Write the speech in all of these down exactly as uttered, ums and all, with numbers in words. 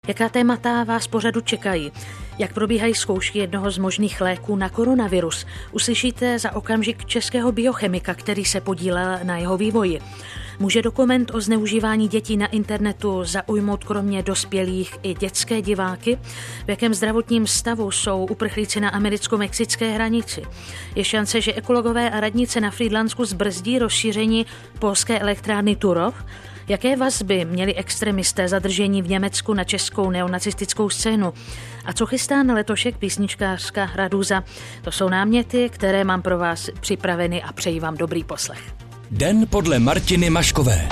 Jaká témata vás pořadu čekají? Jak probíhají zkoušky jednoho z možných léků na koronavirus? Uslyšíte za okamžik českého biochemika, který se podílel na jeho vývoji. Může dokument o zneužívání dětí na internetu zaujmout kromě dospělých i dětské diváky? V jakém zdravotním stavu jsou uprchlíci na americko-mexické hranici? Je šance, že ekologové a radnice na Frýdlansku zbrzdí rozšíření polské elektrárny Turów? Jaké vazby měli extremisté zadržení v Německu na českou neonacistickou scénu? A co chystá na letošek písničkářka Raduza? To jsou náměty, které mám pro vás připraveny a přeji vám dobrý poslech. Den podle Martiny Maškové.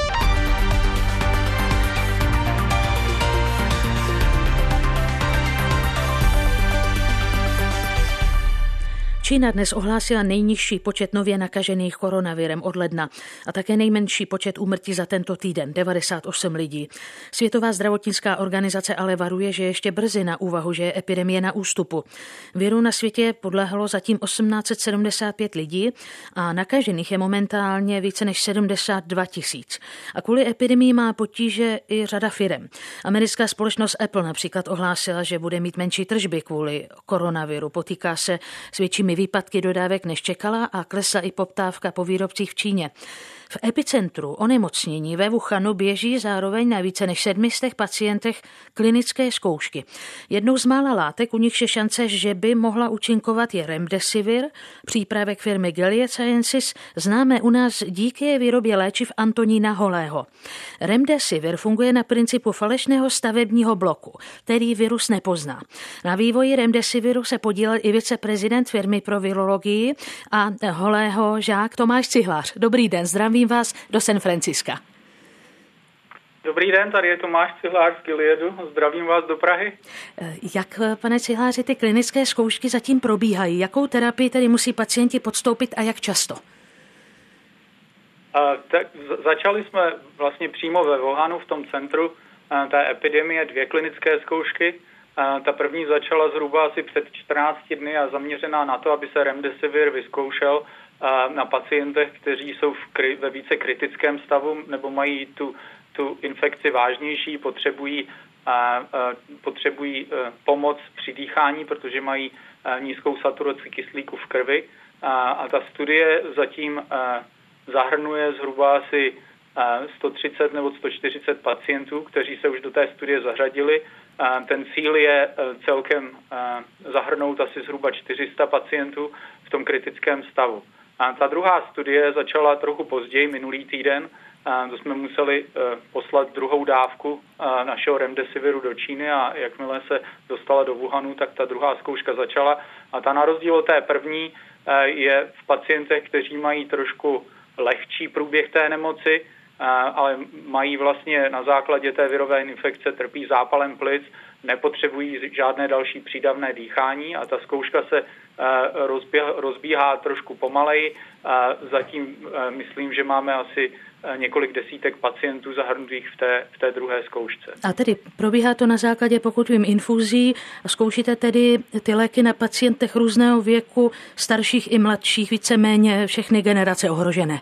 Čína dnes ohlásila nejnižší počet nově nakažených koronavirem od ledna a také nejmenší počet úmrtí za tento týden, devadesát osm lidí. Světová zdravotnická organizace ale varuje, že ještě brzy na úvahu, že je epidemie na ústupu. Viru na světě podlehlo zatím tisíc osm set sedmdesát pět lidí a nakažených je momentálně více než sedmdesát dva tisíc. A kvůli epidemii má potíže i řada firem. Americká společnost Apple například ohlásila, že bude mít menší tržby kvůli koronaviru. Potýká se s většími výpadky dodávek než čekala a klesla i poptávka po výrobcích v Číně. V epicentru onemocnění ve Wuhanu běží zároveň na více než sedmistech pacientech klinické zkoušky. Jednou z mála látek, u nichž je šance, že by mohla účinkovat, je Remdesivir, přípravek firmy Gilead Sciences, známé u nás díky výrobě léčiv Antonína Holého. Remdesivir funguje na principu falešného stavebního bloku, který virus nepozná. Na vývoji Remdesiviru se podílel i viceprezident firmy pro virologii a Holého žák Tomáš Cihlář. Dobrý den, zdravím vás do San Franciska. Dobrý den, tady je Tomáš Cihlář z Gileadu. Zdravím vás do Prahy. Jak, pane Cihláři, ty klinické zkoušky zatím probíhají? Jakou terapii tedy musí pacienti podstoupit a jak často? A, tak začali jsme vlastně přímo ve Wuhanu, v tom centru a, té epidemie, dvě klinické zkoušky. A, ta první začala zhruba asi před čtrnácti dny a zaměřená na to, aby se Remdesivir vyzkoušel na pacientech, kteří jsou v kri- ve více kritickém stavu nebo mají tu, tu infekci vážnější, potřebují, a, a, potřebují a, pomoc při dýchání, protože mají a, nízkou saturaci kyslíku v krvi. A, a ta studie zatím a, zahrnuje zhruba asi a, sto třicet nebo sto čtyřicet pacientů, kteří se už do té studie zařadili. A, ten cíl je a, celkem a, zahrnout asi zhruba čtyři sta pacientů v tom kritickém stavu. A ta druhá studie začala trochu později, minulý týden. A to jsme museli poslat druhou dávku našeho Remdesiviru do Číny a jakmile se dostala do Wuhanu, tak ta druhá zkouška začala. A ta na rozdíl od té první je v pacientech, kteří mají trošku lehčí průběh té nemoci, ale mají vlastně na základě té virové infekce, trpí zápalem plic, nepotřebují žádné další přídavné dýchání a ta zkouška se rozběh, rozbíhá trošku pomaleji. Zatím myslím, že máme asi několik desítek pacientů zahrnutých v té, v té druhé zkoušce. A tedy probíhá to na základě, pokud vím, infuzí a zkoušíte tedy ty léky na pacientech různého věku, starších i mladších, víceméně všechny generace ohrožené.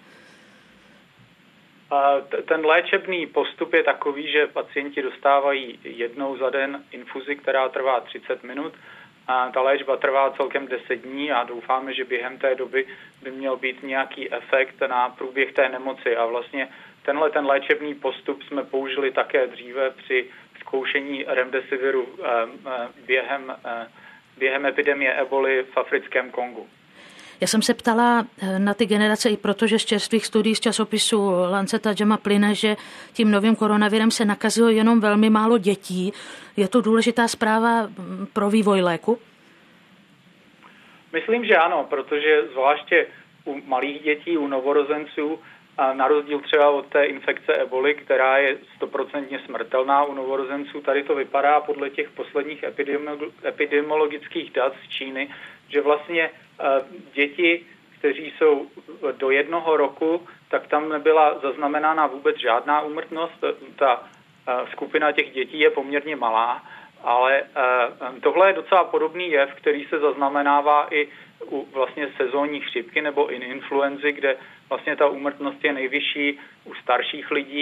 Ten léčebný postup je takový, že pacienti dostávají jednou za den infuzi, která trvá třicet minut. A ta léčba trvá celkem deset dní a doufáme, že během té doby by měl být nějaký efekt na průběh té nemoci. A vlastně tenhle ten léčebný postup jsme použili také dříve při zkoušení Remdesiviru během, během epidemie eboli v africkém Kongu. Já jsem se ptala na ty generace i protože z čerstvých studií z časopisu Lanceta JAMA plyne, že tím novým koronavirem se nakazilo jenom velmi málo dětí. Je to důležitá zpráva pro vývoj léku? Myslím, že ano, protože zvláště u malých dětí, u novorozenců, a na rozdíl třeba od té infekce eboli, která je stoprocentně smrtelná u novorozenců, tady to vypadá podle těch posledních epidemiologických dat z Číny, že vlastně děti, kteří jsou do jednoho roku, tak tam nebyla zaznamenána vůbec žádná úmrtnost. Ta skupina těch dětí je poměrně malá, ale tohle je docela podobný jev, který se zaznamenává i u vlastně sezónní chřipky nebo i influenzy, kde vlastně ta úmrtnost je nejvyšší u starších lidí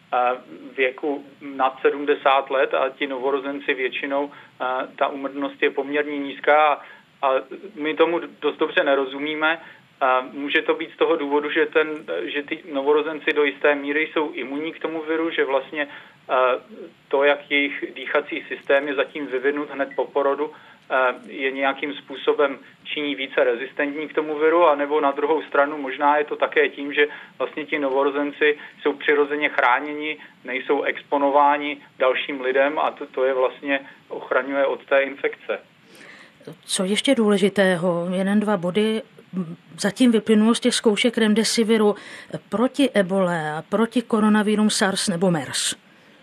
věku nad sedmdesát let a ti novorozenci většinou ta úmrtnost je poměrně nízká a my tomu dost dobře nerozumíme. Může to být z toho důvodu, že, ten, že ty novorozenci do jisté míry jsou imunní k tomu viru, že vlastně to, jak jejich dýchací systém je zatím vyvinut hned po porodu, je nějakým způsobem činí více rezistentní k tomu viru, anebo na druhou stranu možná je to také tím, že vlastně ti novorozenci jsou přirozeně chráněni, nejsou exponováni dalším lidem a to, to je vlastně ochraňuje od té infekce. Co ještě důležitého? Jeden, dva body. Zatím vyplynulo z těch zkoušek remdesiviru proti ebole a proti koronavirům SARS nebo MERS.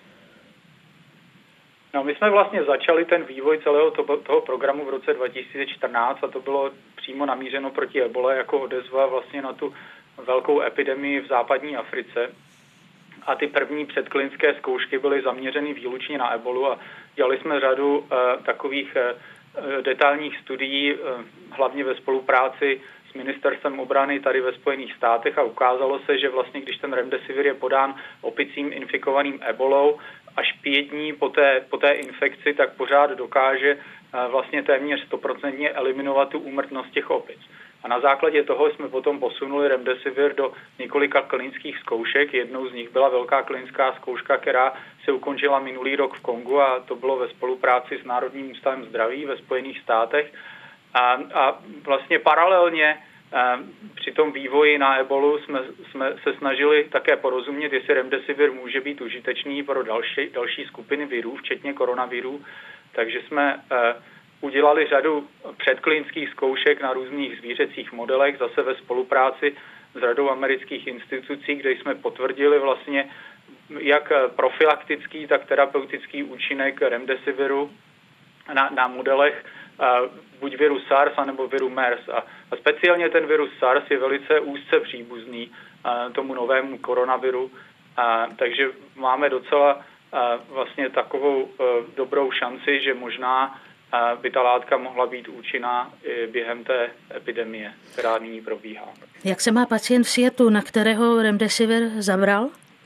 No, my jsme vlastně začali ten vývoj celého toho, toho programu v roce dva tisíce čtrnáct a to bylo přímo namířeno proti ebole jako odezva vlastně na tu velkou epidemii v západní Africe. A ty první předklinické zkoušky byly zaměřeny výlučně na ebolu a dělali jsme řadu uh, takových uh, detailních studií, uh, hlavně ve spolupráci s ministerstvem obrany tady ve Spojených státech a ukázalo se, že vlastně když ten remdesivir je podán opicím infikovaným ebolou, až pět dní po té, po té infekci, tak pořád dokáže vlastně téměř stoprocentně eliminovat tu úmrtnost těch opic. A na základě toho jsme potom posunuli remdesivir do několika klinických zkoušek. Jednou z nich byla velká klinická zkouška, která se ukončila minulý rok v Kongu a to bylo ve spolupráci s Národním ústavem zdraví ve Spojených státech. A, a vlastně paralelně při tom vývoji na ebolu jsme, jsme se snažili také porozumět, jestli remdesivir může být užitečný pro další, další skupiny virů, včetně koronavirů. Takže jsme udělali řadu předklinických zkoušek na různých zvířecích modelech, zase ve spolupráci s řadou amerických institucí, kde jsme potvrdili vlastně jak profilaktický, tak terapeutický účinek remdesiviru na, na modelech buď viru SARS, anebo viru MERS. A, a speciálně ten virus SARS je velice úzce příbuzný a, tomu novému koronaviru, a, takže máme docela a, vlastně takovou a, dobrou šanci, že možná a, by ta látka mohla být účinná během té epidemie, která nyní probíhá. Jak se má pacient v Seattlu, na kterého remdesivir zabral?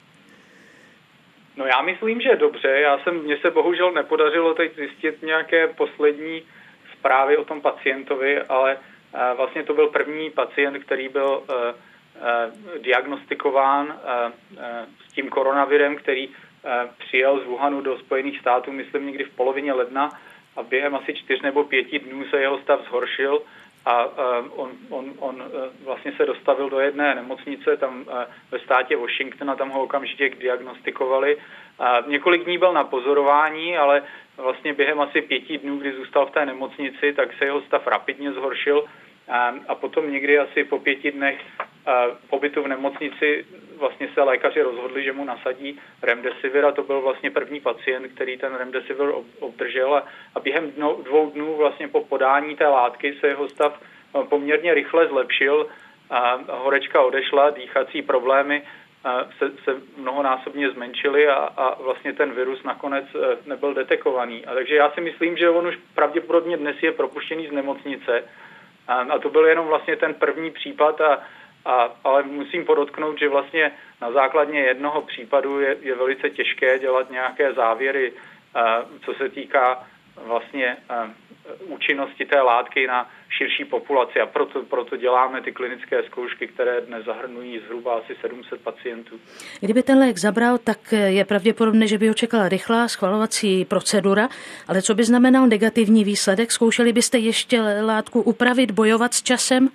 No já myslím, že dobře. Já jsem, mně se bohužel nepodařilo teď zjistit nějaké poslední zprávy o tom pacientovi, ale vlastně to byl první pacient, který byl diagnostikován s tím koronavirem, který přijel z Wuhanu do Spojených států, myslím někdy v polovině ledna a během asi čtyř nebo pěti dnů se jeho stav zhoršil a on, on, on vlastně se dostavil do jedné nemocnice tam ve státě Washington a tam ho okamžitě diagnostikovali. A několik dní byl na pozorování, ale vlastně během asi pěti dnů, kdy zůstal v té nemocnici, tak se jeho stav rapidně zhoršil a, a potom někdy asi po pěti dnech a, pobytu v nemocnici vlastně se lékaři rozhodli, že mu nasadí remdesivir a to byl vlastně první pacient, který ten remdesivir obdržel a, a během dnou, dvou dnů vlastně po podání té látky se jeho stav poměrně rychle zlepšil a horečka odešla, dýchací problémy Se, se mnohonásobně zmenšily a, a vlastně ten virus nakonec nebyl detekovaný. A takže já si myslím, že on už pravděpodobně dnes je propuštěný z nemocnice a, a to byl jenom vlastně ten první případ, a, a, ale musím podotknout, že vlastně na základě jednoho případu je, je velice těžké dělat nějaké závěry, a, co se týká vlastně a, účinnosti té látky na širší populaci a proto, proto děláme ty klinické zkoušky, které dnes zahrnují zhruba asi sedm set pacientů. Kdyby ten lék zabral, tak je pravděpodobné, že by ho čekala rychlá schvalovací procedura, ale co by znamenal negativní výsledek? Zkoušeli byste ještě látku upravit, bojovat s časem?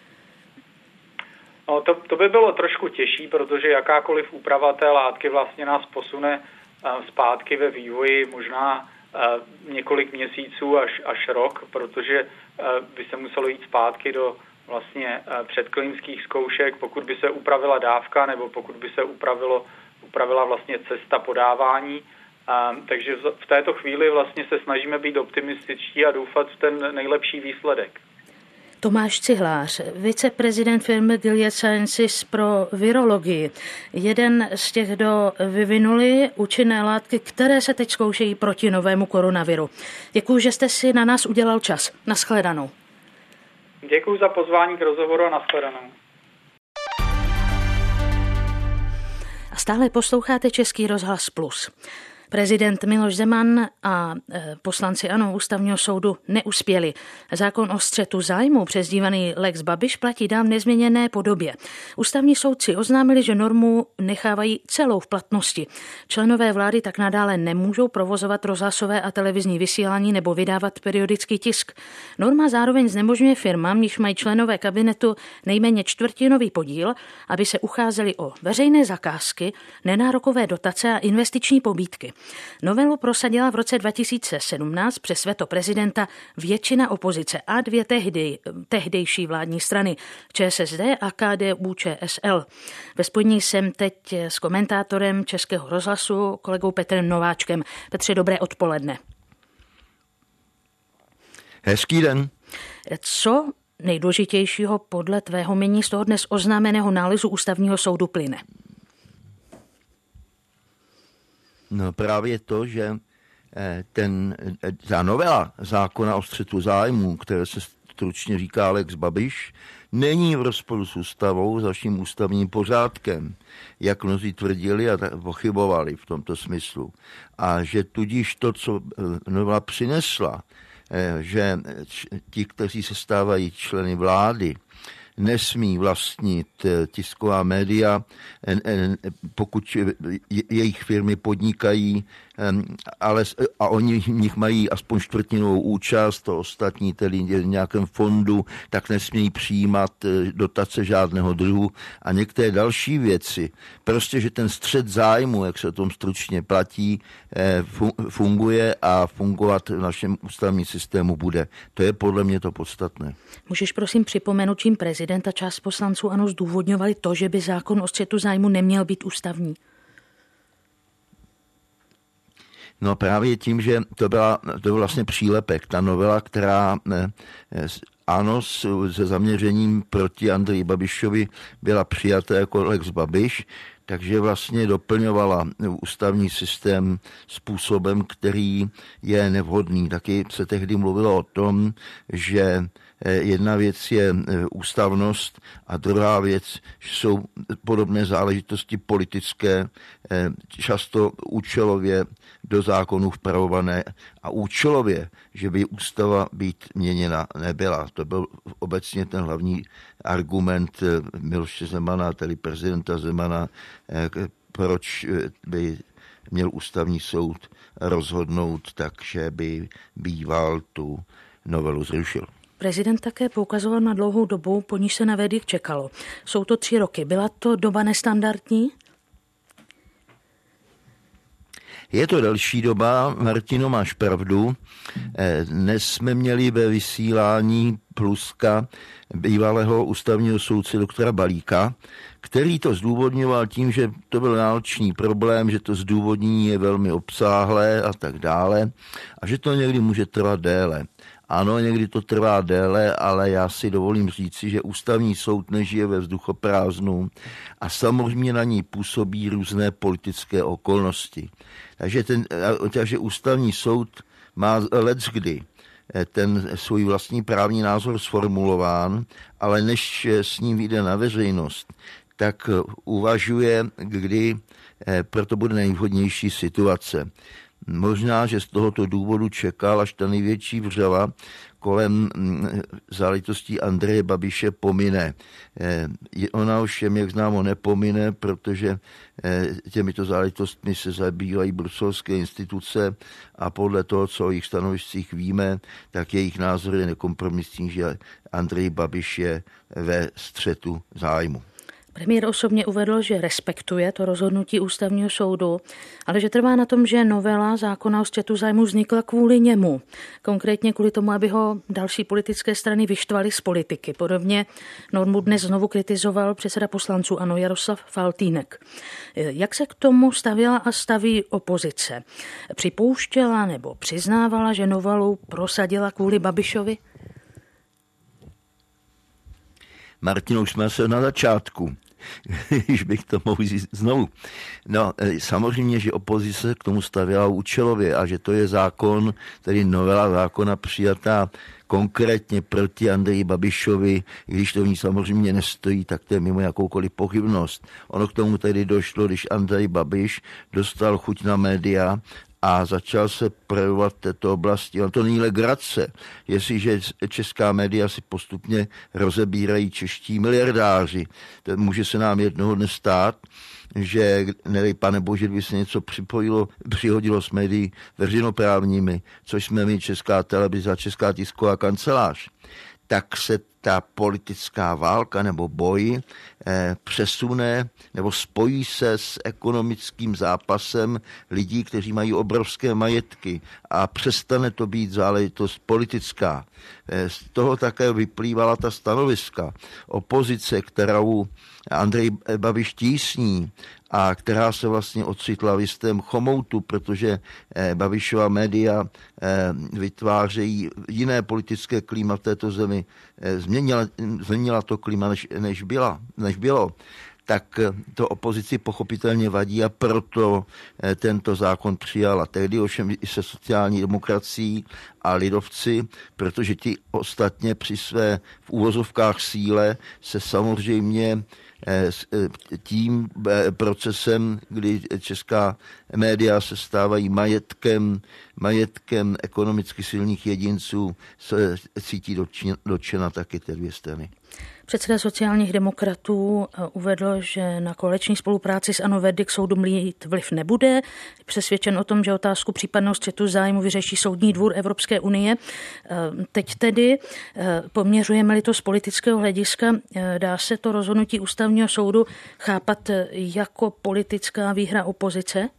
No, to, to by bylo trošku těžší, protože jakákoliv úprava té látky vlastně nás posune zpátky ve vývoji možná několik měsíců až, až rok, protože by se muselo jít zpátky do vlastně předklinických zkoušek, pokud by se upravila dávka nebo pokud by se upravilo, upravila vlastně cesta podávání. Takže v této chvíli vlastně se snažíme být optimističtí a doufat v ten nejlepší výsledek. Tomáš Cihlář, viceprezident firmy Gilead Sciences pro virologii. Jeden z těch, kdo vyvinuli účinné látky, které se teď zkoušejí proti novému koronaviru. Děkuji, že jste si na nás udělal čas. Naschledanou. Děkuji za pozvání k rozhovoru a naschledanou. Stále posloucháte Český rozhlas Plus. Prezident Miloš Zeman a poslanci ANO Ústavního soudu neuspěli. Zákon o střetu zájmu, přezdívaný Lex Babiš, platí dál v nezměněné podobě. Ústavní soudci oznámili, že normu nechávají celou v platnosti. Členové vlády tak nadále nemůžou provozovat rozhlasové a televizní vysílání nebo vydávat periodický tisk. Norma zároveň znemožňuje firmám, níž mají členové kabinetu nejméně čtvrtinový podíl, aby se ucházeli o veřejné zakázky, nenárokové dotace a investiční pobídky. Novelu prosadila v roce dva tisíce sedmnáct přes veto prezidenta většina opozice a dvě tehdy, tehdejší vládní strany ČSSD a K D U Č S L. Ve spojení jsem teď s komentátorem Českého rozhlasu, kolegou Petrem Nováčkem. Petře, dobré odpoledne. Hezký den. Co nejdůležitějšího podle tvého mínění z toho dnes oznámeného nálezu Ústavního soudu plyne? No právě to, že ten, ta novela zákona o střetu zájmů, které se stručně říká Lex Babiš, není v rozporu s ústavou, s naším ústavním pořádkem, jak mnozí tvrdili a pochybovali v tomto smyslu. A že tudíž to, co novela přinesla, že ti, kteří se stávají členy vlády, nesmí vlastnit tisková média, pokud jejich firmy podnikají, ale, a oni v nich mají aspoň čtvrtinovou účast, to ostatní tedy v nějakém fondu, tak nesmějí přijímat dotace žádného druhu a některé další věci. Prostě, že ten střet zájmu, jak se o tom stručně platí, funguje a fungovat v našem ústavním systému bude. To je podle mě to podstatné. Můžeš prosím připomenout, čím prezident a část poslanců ANO zdůvodňovali to, že by zákon o střetu zájmu neměl být ústavní? No právě tím, že to, byla, to byl vlastně přílepek, ta novela, která ano, se zaměřením proti Andreji Babišovi byla přijata jako Lex Babiš, takže vlastně doplňovala ústavní systém způsobem, který je nevhodný. Taky se tehdy mluvilo o tom, že jedna věc je ústavnost a druhá věc jsou podobné záležitosti politické, často účelově do zákonů vpravované a účelově, že by ústava být měněna nebyla. To byl obecně ten hlavní argument Miloše Zemana, tedy prezidenta Zemana, proč by měl ústavní soud rozhodnout tak, že by býval tu novelu zrušil. Prezident také poukazoval na dlouhou dobu, po níž se na verdikt čekalo. Jsou to tři roky. Byla to doba nestandardní? Je to další doba, Martino, máš pravdu. Dnes jsme měli ve vysílání Pluska bývalého ústavního soudce doktora Balíka, který to zdůvodňoval tím, že to byl náročný problém, že to zdůvodnění je velmi obsáhlé a tak dále a že to někdy může trvat déle. Ano, někdy to trvá déle, ale já si dovolím říci, že ústavní soud nežije ve vzduchoprázdnu a samozřejmě na ní působí různé politické okolnosti. Takže, ten, takže ústavní soud má leckdy ten svůj vlastní právní názor sformulován, ale než s ním vyjde na veřejnost, tak uvažuje, kdy proto bude nejvhodnější situace. Možná, že z tohoto důvodu čekal, až ta největší vřava kolem záležitostí Andreje Babiše pomine. Ona ovšem, jak známo, nepomine, protože těmito záležitostmi se zabývají bruselské instituce a podle toho, co o jejich stanoviscích víme, tak jejich názor je nekompromisní, že Andrej Babiš je ve střetu zájmu. Premiér osobně uvedl, že respektuje to rozhodnutí Ústavního soudu, ale že trvá na tom, že novela zákona o střetu zájmu vznikla kvůli němu. Konkrétně kvůli tomu, aby ho další politické strany vyštvaly z politiky. Podobně normu dnes znovu kritizoval předseda poslanců ANO Jaroslav Faltýnek. Jak se k tomu stavěla a staví opozice? Připouštěla nebo přiznávala, že novelu prosadila kvůli Babišovi? Martino, už jsme se na začátku. když bych to mohl říct znovu. No, samozřejmě, že opozice k tomu stavěla účelově a že to je zákon, tedy novela zákona přijatá konkrétně proti Andreji Babišovi, když to v ní samozřejmě nestojí, tak to je mimo jakoukoliv pochybnost. Ono k tomu tedy došlo, když Andrej Babiš dostal chuť na média a začal se projevovat v této oblasti. On to není legrace. Jestliže česká média si postupně rozebírají čeští miliardáři, to může se nám jednoho dne stát, že, nevím, pane bože, kdyby se něco připojilo, přihodilo s médií veřejnoprávními, což jsme my, Česká televize a Česká tisková kancelář, tak se ta politická válka nebo boj eh, přesune nebo spojí se s ekonomickým zápasem lidí, kteří mají obrovské majetky a přestane to být záležitost politická. Eh, z toho také vyplývala ta stanoviska. Opozice, kterou Andrej Babiš tísní a která se vlastně ocitla v jistém chomoutu, protože eh, Babišova média eh, vytvářejí jiné politické klima v této zemi, eh, změnila, změnila to klima, než, než, byla, než bylo, tak to opozici pochopitelně vadí a proto eh, tento zákon přijala. Tehdy ovšem i se sociální demokracií a lidovci, protože ti ostatně při své v úvozovkách síle se samozřejmě tím procesem, kdy česká média se stávají majetkem, majetkem ekonomicky silných jedinců, se cítí dotčena taky ty dvě strany. Předseda sociálních demokratů uvedl, že na koaliční spolupráci s ANO verdikt soudu mít vliv nebude. Přesvědčen o tom, že otázku případného střetu zájmu vyřeší Soudní dvůr Evropské unie. Teď tedy poměřujeme-li to z politického hlediska, dá se to rozhodnutí ústavního soudu chápat jako politická výhra opozice?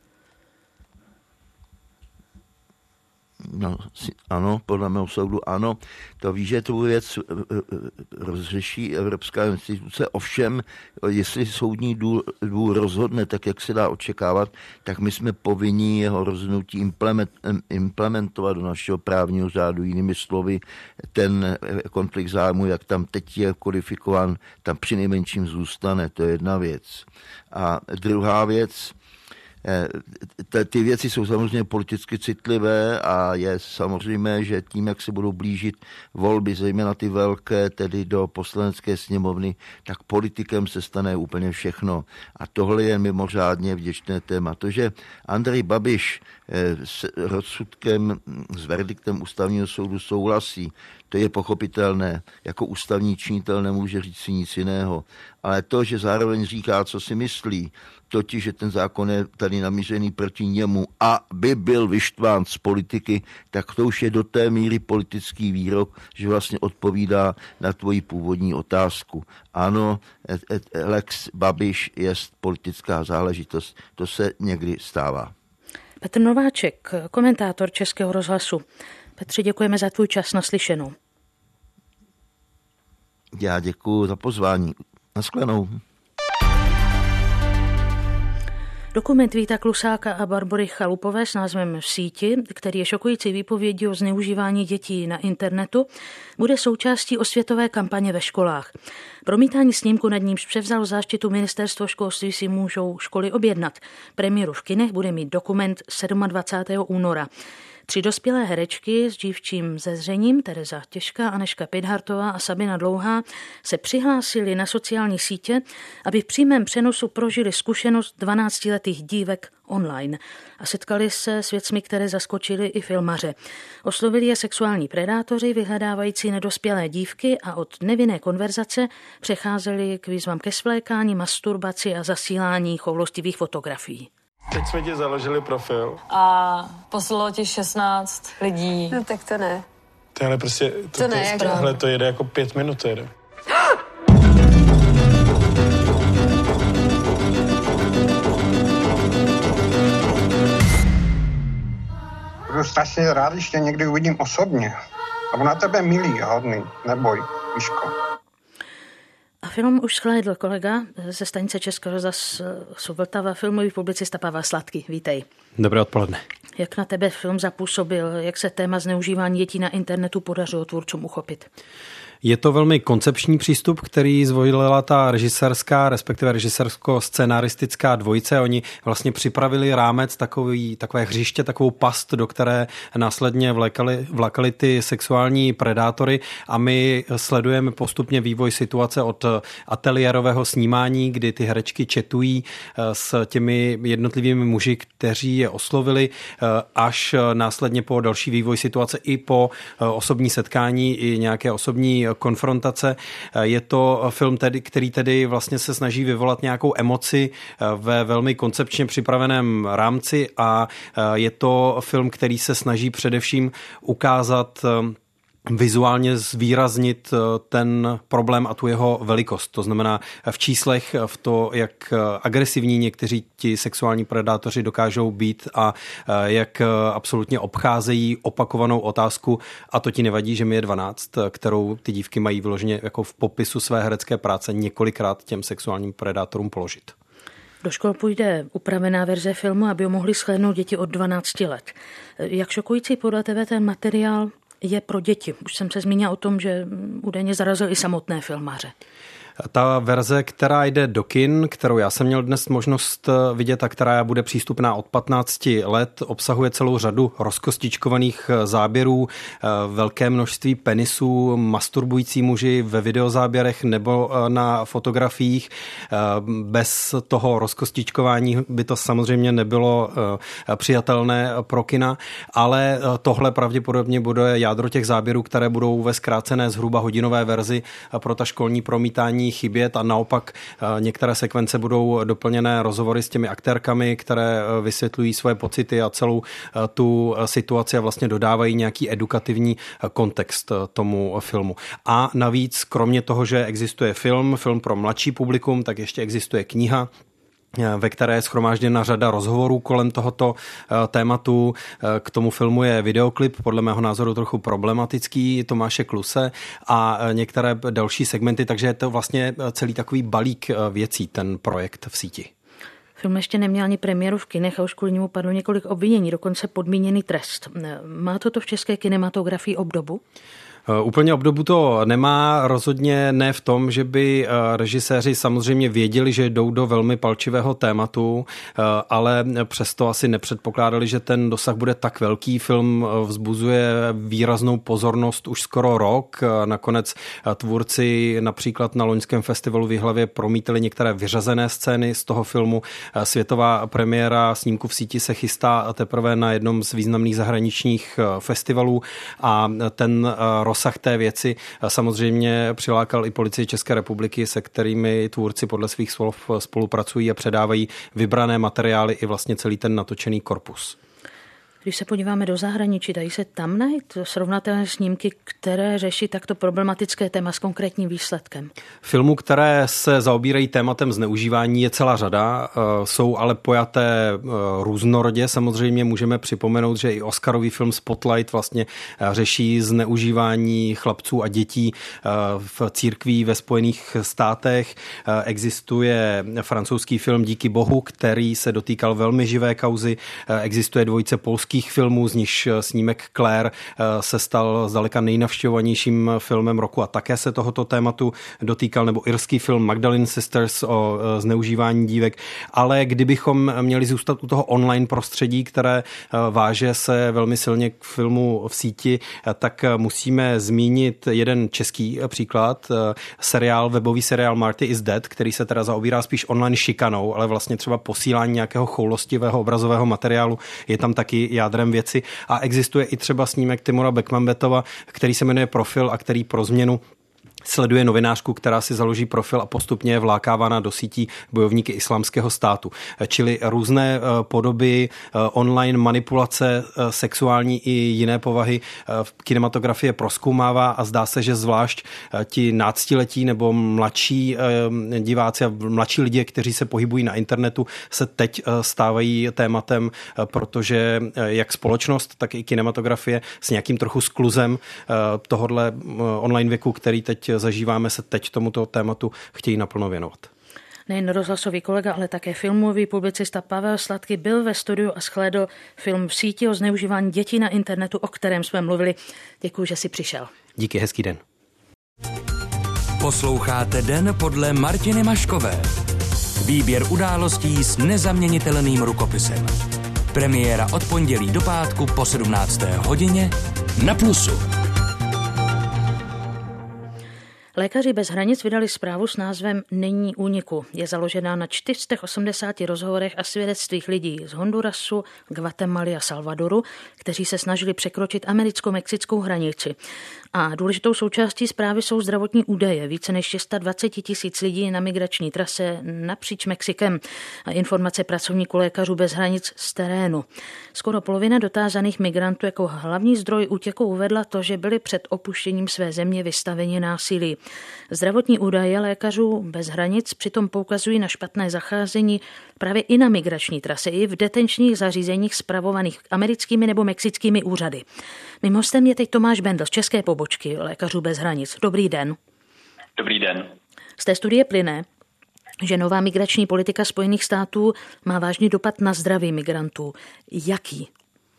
No, ano, podle mého soudu ano. To ví, že tu věc rozřeší Evropská instituce. Ovšem, jestli soudní dvůr, dvůr rozhodne tak, jak se dá očekávat, tak my jsme povinni jeho rozhodnutí implement, implementovat do našeho právního řádu. Jinými slovy, ten konflikt zájmu, jak tam teď je kodifikován, tam přinejmenším zůstane. To je jedna věc. A druhá věc, ty věci jsou samozřejmě politicky citlivé a je samozřejmé, že tím, jak se budou blížit volby, zejména ty velké, tedy do poslanecké sněmovny, tak politikem se stane úplně všechno. A tohle je mimořádně vděčné téma. To, že Andrej Babiš s rozsudkem, s verdiktem ústavního soudu souhlasí, to je pochopitelné. Jako ústavní činitel nemůže říct si nic jiného. Ale to, že zároveň říká, co si myslí, totiž, že ten zákon je tady namířený proti němu a by byl vyštván z politiky, tak to už je do té míry politický výrok, že vlastně odpovídá na tvoji původní otázku. Ano, lex Babiš je politická záležitost. To se někdy stává. Petr Nováček, komentátor Českého rozhlasu. Petře, děkujeme za tvůj čas, naslyšenou. Já děkuji za pozvání. Naschledanou. Dokument Víta Klusáka a Barbory Chalupové s názvem V síti, který je šokující výpovědí o zneužívání dětí na internetu, bude součástí osvětové kampaně ve školách. Promítání snímku, nad nímž převzalo záštitu Ministerstvo školství, si můžou školy objednat. Premiéru v kinech bude mít dokument dvacátého sedmého února. Tři dospělé herečky s dívčím zezřením, Tereza Těžká, Anežka Pidhartová a Sabina Dlouhá, se přihlásili na sociální sítě, aby v přímém přenosu prožili zkušenost dvanáctiletých dívek online a setkali se s věcmi, které zaskočily i filmaře. Oslovili je sexuální predátoři, vyhledávající nedospělé dívky a od nevinné konverzace přecházeli k výzvám ke svlékání, masturbaci a zasílání choulostivých fotografií. Teď jsme ti založili profil. A poslalo ti šestnáct lidí. No tak to ne. To ale prostě... To, to ne, to, jako... Tohle to jede jako pět minut, to jede. Budu strašně rád, když tě někdy uvidím osobně. A budu na tebe milý a hodný. Neboj, Výško. A film už shlédl kolega ze stanice Českého rozhlasu Vltava, filmový publicista Pavel Sladký. Vítej. Dobré odpoledne. Jak na tebe film zapůsobil? Jak se téma zneužívání dětí na internetu podařilo tvůrcům uchopit? Je to velmi koncepční přístup, který zvolila ta režisérská, respektive režisérsko-scenaristická dvojice. Oni vlastně připravili rámec, takový, takové hřiště, takovou past, do které následně vlekali, vlakali ty sexuální predátory a my sledujeme postupně vývoj situace od ateliérového snímání, kdy ty herečky četují s těmi jednotlivými muži, kteří je oslovili, až následně po další vývoj situace i po osobní setkání i nějaké osobní konfrontace. Je to film, tedy, který tedy vlastně se snaží vyvolat nějakou emoci ve velmi koncepčně připraveném rámci a je to film, který se snaží především ukázat vizuálně zvýraznit ten problém a tu jeho velikost. To znamená v číslech, v to, jak agresivní někteří ti sexuální predátoři dokážou být a jak absolutně obcházejí opakovanou otázku, a to ti nevadí, že mi je dvanáct, kterou ty dívky mají vyloženě jako v popisu své herecké práce několikrát těm sexuálním predátorům položit. Do škol půjde upravená verze filmu, aby ho mohli shlédnout děti od dvanácti let. Jak šokující podle tebe ten materiál je pro děti? Už jsem se zmínila o tom, že údajně zarazil i samotné filmaře. Ta verze, která jde do kin, kterou já jsem měl dnes možnost vidět a která bude přístupná od patnácti let, obsahuje celou řadu rozkostičkovaných záběrů, velké množství penisů, masturbující muži ve videozáběrech nebo na fotografiích. Bez toho rozkostičkování by to samozřejmě nebylo přijatelné pro kina, ale tohle pravděpodobně bude jádro těch záběrů, které budou ve zkrácené zhruba hodinové verzi pro ta školní promítání chybět a naopak některé sekvence budou doplněné rozhovory s těmi aktérkami, které vysvětlují svoje pocity a celou tu situaci a vlastně dodávají nějaký edukativní kontext tomu filmu. A navíc, kromě toho, že existuje film, film pro mladší publikum, tak ještě existuje kniha, ve které je shromážděna řada rozhovorů kolem tohoto tématu. K tomu filmu je videoklip, podle mého názoru trochu problematický, Tomáše Kluse a některé další segmenty, takže je to vlastně celý takový balík věcí, ten projekt v síti. Film ještě neměl ani premiéru v kinech a už kvůli němu padlo několik obvinění, dokonce podmíněný trest. Má toto v české kinematografii obdobu? Úplně obdobu to nemá, rozhodně ne v tom, že by režiséři samozřejmě věděli, že jdou do velmi palčivého tématu, ale přesto asi nepředpokládali, že ten dosah bude tak velký. Film vzbuzuje výraznou pozornost už skoro rok. Nakonec tvůrci například na loňském festivalu v Jihlavě promítali některé vyřazené scény z toho filmu. Světová premiéra snímku v síti se chystá teprve na jednom z významných zahraničních festivalů a ten rozsah té věci samozřejmě přilákal i Policii České republiky, se kterými tvůrci podle svých slov spolupracují a předávají vybrané materiály i vlastně celý ten natočený korpus. Když se podíváme do zahraničí, dají se tam najít srovnatelné snímky, které řeší takto problematické téma s konkrétním výsledkem? Filmů, které se zaobírají tématem zneužívání, je celá řada, jsou ale pojaté různorodě. Samozřejmě můžeme připomenout, že i oscarový film Spotlight vlastně řeší zneužívání chlapců a dětí v církví ve Spojených státech. Existuje francouzský film Díky bohu, který se dotýkal velmi živé kauzy. Existuje dvojice polských filmů, z nichž snímek Claire se stal zdaleka nejnavštěvovanějším filmem roku a také se tohoto tématu dotýkal, nebo irský film Magdalene Sisters o zneužívání dívek. Ale kdybychom měli zůstat u toho online prostředí, které váže se velmi silně k filmu v síti, tak musíme zmínit jeden český příklad. Seriál, webový seriál Marty is Dead, který se teda zaobírá spíš online šikanou, ale vlastně třeba posílání nějakého choulostivého obrazového materiálu je tam taky jádrem věci. A existuje i třeba snímek Timura Bekmambetova, který se jmenuje Profil a který pro změnu sleduje novinářku, která si založí profil a postupně je vlákávána do sítí bojovníky Islámského státu. Čili různé podoby online manipulace sexuální i jiné povahy kinematografie prozkoumává a zdá se, že zvlášť ti náctiletí nebo mladší diváci a mladší lidi, kteří se pohybují na internetu, se teď stávají tématem, protože jak společnost, tak i kinematografie s nějakým trochu skluzem tohodle online věku, který teď zažíváme, se teď tomuto tématu chtějí naplno věnovat. Nejen rozhlasový kolega, ale také filmový publicista Pavel Sladký byl ve studiu a shlédl film v síti o zneužívání dětí na internetu, o kterém jsme mluvili. Děkuji, že jsi přišel. Díky, hezký den. Posloucháte Den podle Martiny Maškové. Výběr událostí s nezaměnitelným rukopisem. Premiéra od pondělí do pátku po sedmnácté hodině na Plusu. Lékaři bez hranic vydali zprávu s názvem Není úniku. Je založená na čtyři sta osmdesáti rozhovorech a svědectvích lidí z Hondurasu, Guatemaly a Salvadoru, kteří se snažili překročit americko-mexickou hranici. A důležitou součástí zprávy jsou zdravotní údaje. Více než šest set dvacet tisíc lidí na migrační trase napříč Mexikem a informace pracovníků lékařů bez hranic z terénu. Skoro polovina dotázaných migrantů jako hlavní zdroj útěku uvedla to, že byli před opuštěním své země vystaveni násilí. Zdravotní údaje lékařů bez hranic přitom poukazují na špatné zacházení právě i na migrační trase, i v detenčních zařízeních spravovaných americkými nebo mexickými úřady. Mým hostem je teď Tomáš Bendl z české pobočky Lékařů bez hranic. Dobrý den. Dobrý den. Z té studie plyne, že nová migrační politika Spojených států má vážný dopad na zdraví migrantů. Jaký?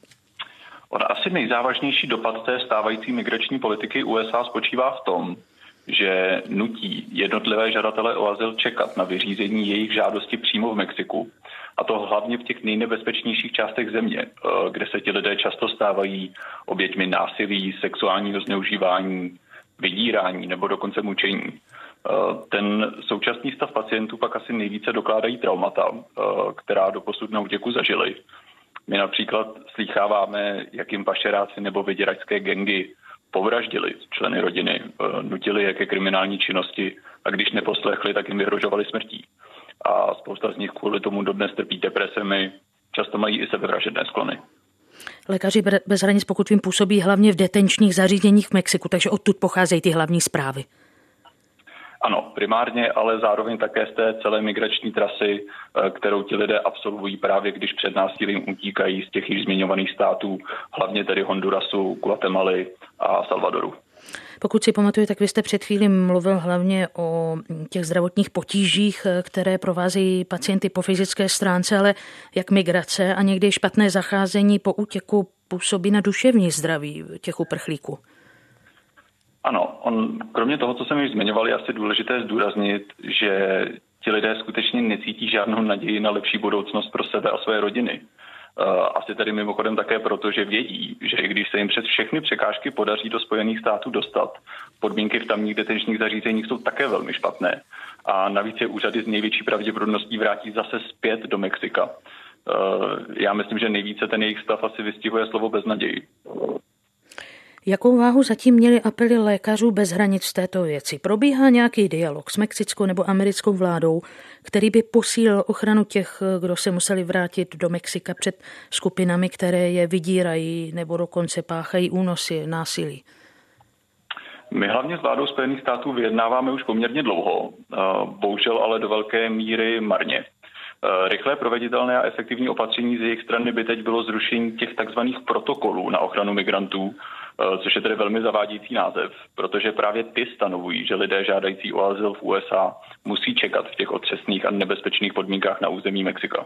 On asi nejzávažnější dopad té stávající migrační politiky U S A spočívá v tom, že nutí jednotlivé žadatele o azyl čekat na vyřízení jejich žádosti přímo v Mexiku. A to hlavně v těch nejnebezpečnějších částech země, kde se ti lidé často stávají oběťmi násilí, sexuálního zneužívání, vydírání nebo dokonce mučení. Ten současný stav pacientů pak asi nejvíce dokládají traumata, která doposud na útěku zažili. My například slýcháváme, jak jim pašeráci nebo vyděračské gangy povraždili členy rodiny, nutili je ke kriminální činnosti a když neposlechli, tak jim vyhrožovali smrtí. A spousta z nich kvůli tomu dodnes trpí depresemi, často mají i sebevražedné sklony. Lékaři bez hranic, pokud vím, působí hlavně v detenčních zařízeních v Mexiku, takže odtud pocházejí ty hlavní zprávy. Ano, primárně, ale zároveň také z té celé migrační trasy, kterou ti lidé absolvují právě, když před násilím utíkají z těch již zmiňovaných států, hlavně tedy Hondurasu, Guatemaly a Salvadoru. Pokud si pamatuju, tak vy jste před chvílí mluvil hlavně o těch zdravotních potížích, které provázejí pacienty po fyzické stránce, ale jak migrace a někdy špatné zacházení po útěku působí na duševní zdraví těch uprchlíků. Ano, on, kromě toho, co jsem již zmiňoval, je asi důležité zdůraznit, že ti lidé skutečně necítí žádnou naději na lepší budoucnost pro sebe a své rodiny. Asi tedy mimochodem také proto, že vědí, že i když se jim přes všechny překážky podaří do Spojených států dostat, podmínky v tamních detenčních zařízeních jsou také velmi špatné. A navíc je úřady s největší pravděpodobností vrátí zase zpět do Mexika. Já myslím, že nejvíce ten jejich stav asi vystihuje slovo beznaději. Jakou váhu zatím měly apely lékařů bez hranic v této věci? Probíhá nějaký dialog s mexickou nebo americkou vládou, který by posílil ochranu těch, kdo se museli vrátit do Mexika před skupinami, které je vydírají nebo dokonce páchají únosy, násilí? My hlavně s vládou Spojených států vyjednáváme už poměrně dlouho, bohužel ale do velké míry marně. Rychlé, proveditelné a efektivní opatření z jejich strany by teď bylo zrušení těch takzvaných protokolů na ochranu migrantů, což je tedy velmi zavádějící název, protože právě ty stanovují, že lidé žádající o azyl v U S A musí čekat v těch otřesných a nebezpečných podmínkách na území Mexika.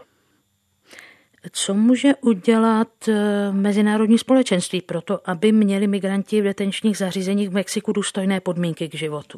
Co může udělat mezinárodní společenství pro to, aby měli migranti v detenčních zařízeních v Mexiku důstojné podmínky k životu?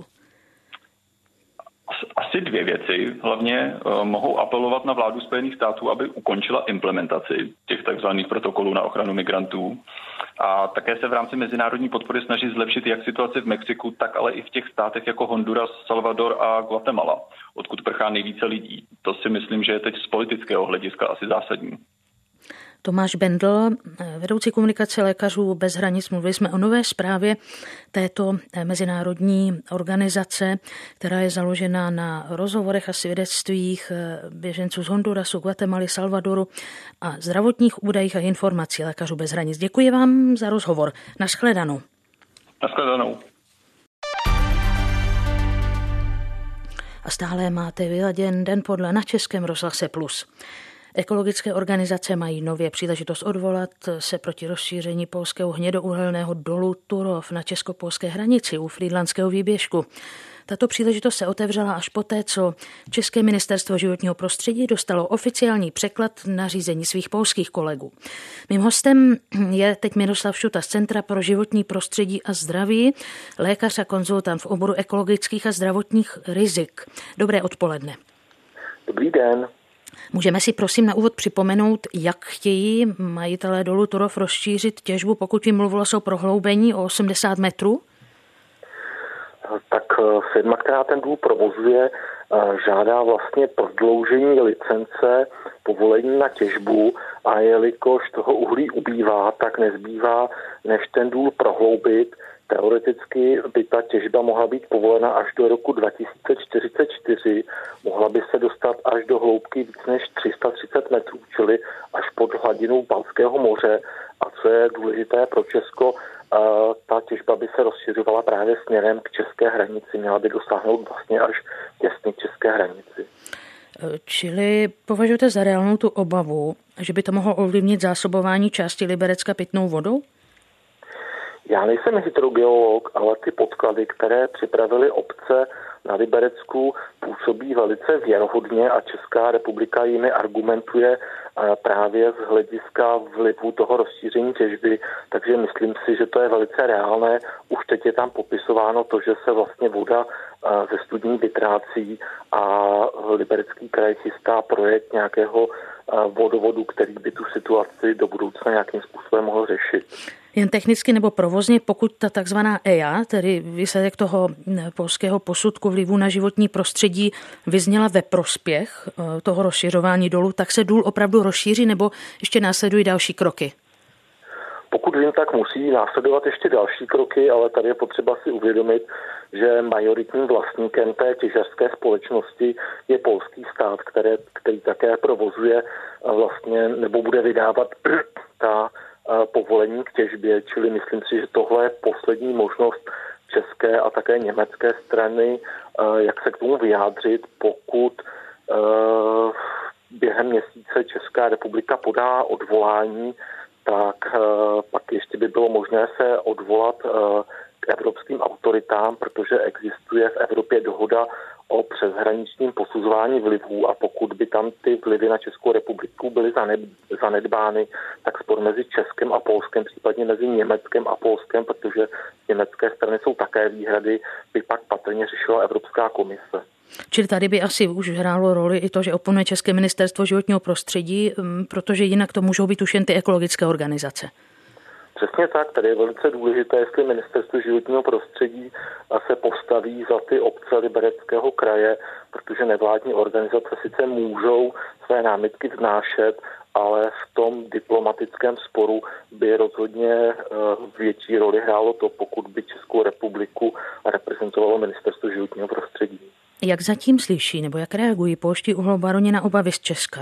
Asi dvě věci. Hlavně uh, mohou apelovat na vládu Spojených států, aby ukončila implementaci těch takzvaných protokolů na ochranu migrantů. A také se v rámci mezinárodní podpory snaží zlepšit jak situaci v Mexiku, tak ale i v těch státech jako Honduras, Salvador a Guatemala, odkud prchá nejvíce lidí. To si myslím, že je teď z politického hlediska asi zásadní. Tomáš Bendl, vedoucí komunikace Lékařů bez hranic. Mluvili jsme o nové zprávě této mezinárodní organizace, která je založena na rozhovorech a svědectvích běženců z Hondurasu, Guatemaly, Salvadoru a zdravotních údajích a informací Lékařů bez hranic. Děkuji vám za rozhovor. Naschledanou. Naschledanou. A stále máte vyladěn Den podle na Českém rozhlase Plus. Ekologické organizace mají nově příležitost odvolat se proti rozšíření polského hnědouhelného dolu Turów na česko-polské hranici u Frýdlantského výběžku. Tato příležitost se otevřela až poté, co České ministerstvo životního prostředí dostalo oficiální překlad nařízení svých polských kolegů. Mým hostem je teď Miroslav Šuta z Centra pro životní prostředí a zdraví, lékař a konzultant v oboru ekologických a zdravotních rizik. Dobré odpoledne. Dobrý den. Můžeme si prosím na úvod připomenout, jak chtějí majitelé dolu Turów rozšířit těžbu, pokud jim mluvilo o prohloubení o osmdesát metrů? Tak firma, která ten důl provozuje, žádá vlastně prodloužení licence, povolení na těžbu a jelikož toho uhlí ubývá, tak nezbývá, než ten důl prohloubit. Teoreticky by ta těžba mohla být povolena až do roku dva tisíce čtyřicet čtyři, mohla by se dostat až do hloubky víc než tři sta třicet metrů, čili až pod hladinou Baltského moře. A co je důležité pro Česko, ta těžba by se rozšiřovala právě směrem k české hranici, měla by dosáhnout vlastně až těsně k české hranici. Čili považujete za reálnou tu obavu, že by to mohlo ovlivnit zásobování části Liberecka pitnou vodou? Já nejsem hydrogeolog, ale ty podklady, které připravili obce na Liberecku, působí velice věrohodně a Česká republika jimi argumentuje právě z hlediska vlivu toho rozšíření těžby, takže myslím si, že to je velice reálné. Už teď je tam popisováno to, že se vlastně voda ze studní vytrácí a Liberecký kraj chystá projekt nějakého vodovodu, který by tu situaci do budoucna nějakým způsobem mohl řešit. Jen technicky nebo provozně, pokud ta takzvaná E I A, tedy výsledek toho polského posudku vlivu na životní prostředí, vyzněla ve prospěch toho rozšiřování dolu, tak se důl opravdu rozšíří nebo ještě následují další kroky? Pokud vím, tak musí následovat ještě další kroky, ale tady je potřeba si uvědomit, že majoritním vlastníkem té těžařské společnosti je polský stát, které, který také provozuje vlastně nebo bude vydávat ta povolení k těžbě, čili myslím si, že tohle je poslední možnost české a také německé strany, jak se k tomu vyjádřit, pokud během měsíce Česká republika podá odvolání, tak pak ještě by bylo možné se odvolat k evropským autoritám, protože existuje v Evropě dohoda o přeshraničním posuzování vlivů a pokud by tam ty vlivy na Českou republiku byly zanedbány, tak spor mezi Českem a Polskem, případně mezi Německem a Polskem, protože z německé strany jsou také výhrady, by pak patrně řešila Evropská komise. Čili tady by asi už hrálo roli i to, že oponuje České ministerstvo životního prostředí, protože jinak to můžou být už jen ty ekologické organizace. Přesně tak, tady je velice důležité, jestli ministerstvo životního prostředí se postaví za ty obce Libereckého kraje, protože nevládní organizace sice můžou své námitky vznášet, ale v tom diplomatickém sporu by rozhodně větší roli hrálo to, pokud by Českou republiku reprezentovalo ministerstvo životního prostředí. Jak zatím slyší, nebo jak reagují polští uhlobaroni na obavy z Česka?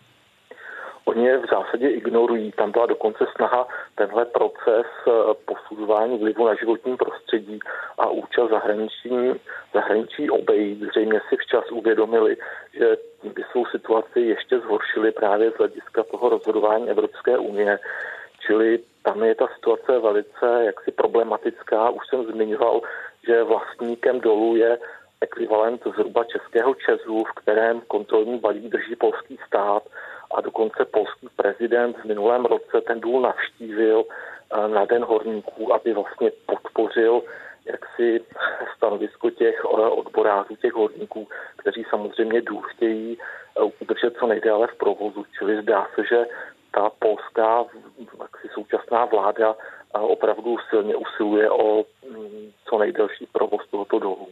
Oni je v zásadě ignorují. Tam byla dokonce snaha tenhle proces posuzování vlivu na životní prostředí a účast zahraničí, zahraničí obejít. Zřejmě si včas uvědomili, že tím by svou situaci ještě zhoršili právě z hlediska toho rozhodování Evropské unie. Čili tam je ta situace velice jaksi problematická. Už jsem zmiňoval, že vlastníkem dolu je ekvivalent zhruba českého ČEZu, v kterém kontrolní balík drží polský stát a dokonce polský prezident v minulém roce ten důl navštívil na Den horníků, aby vlastně podpořil jaksi stanovisko těch odborářů, těch horníků, kteří samozřejmě důl chtějí udržet co nejdéle v provozu. Čili zdá se, že ta polská jaksi současná vláda opravdu silně usiluje o co nejdelší provoz tohoto dolu.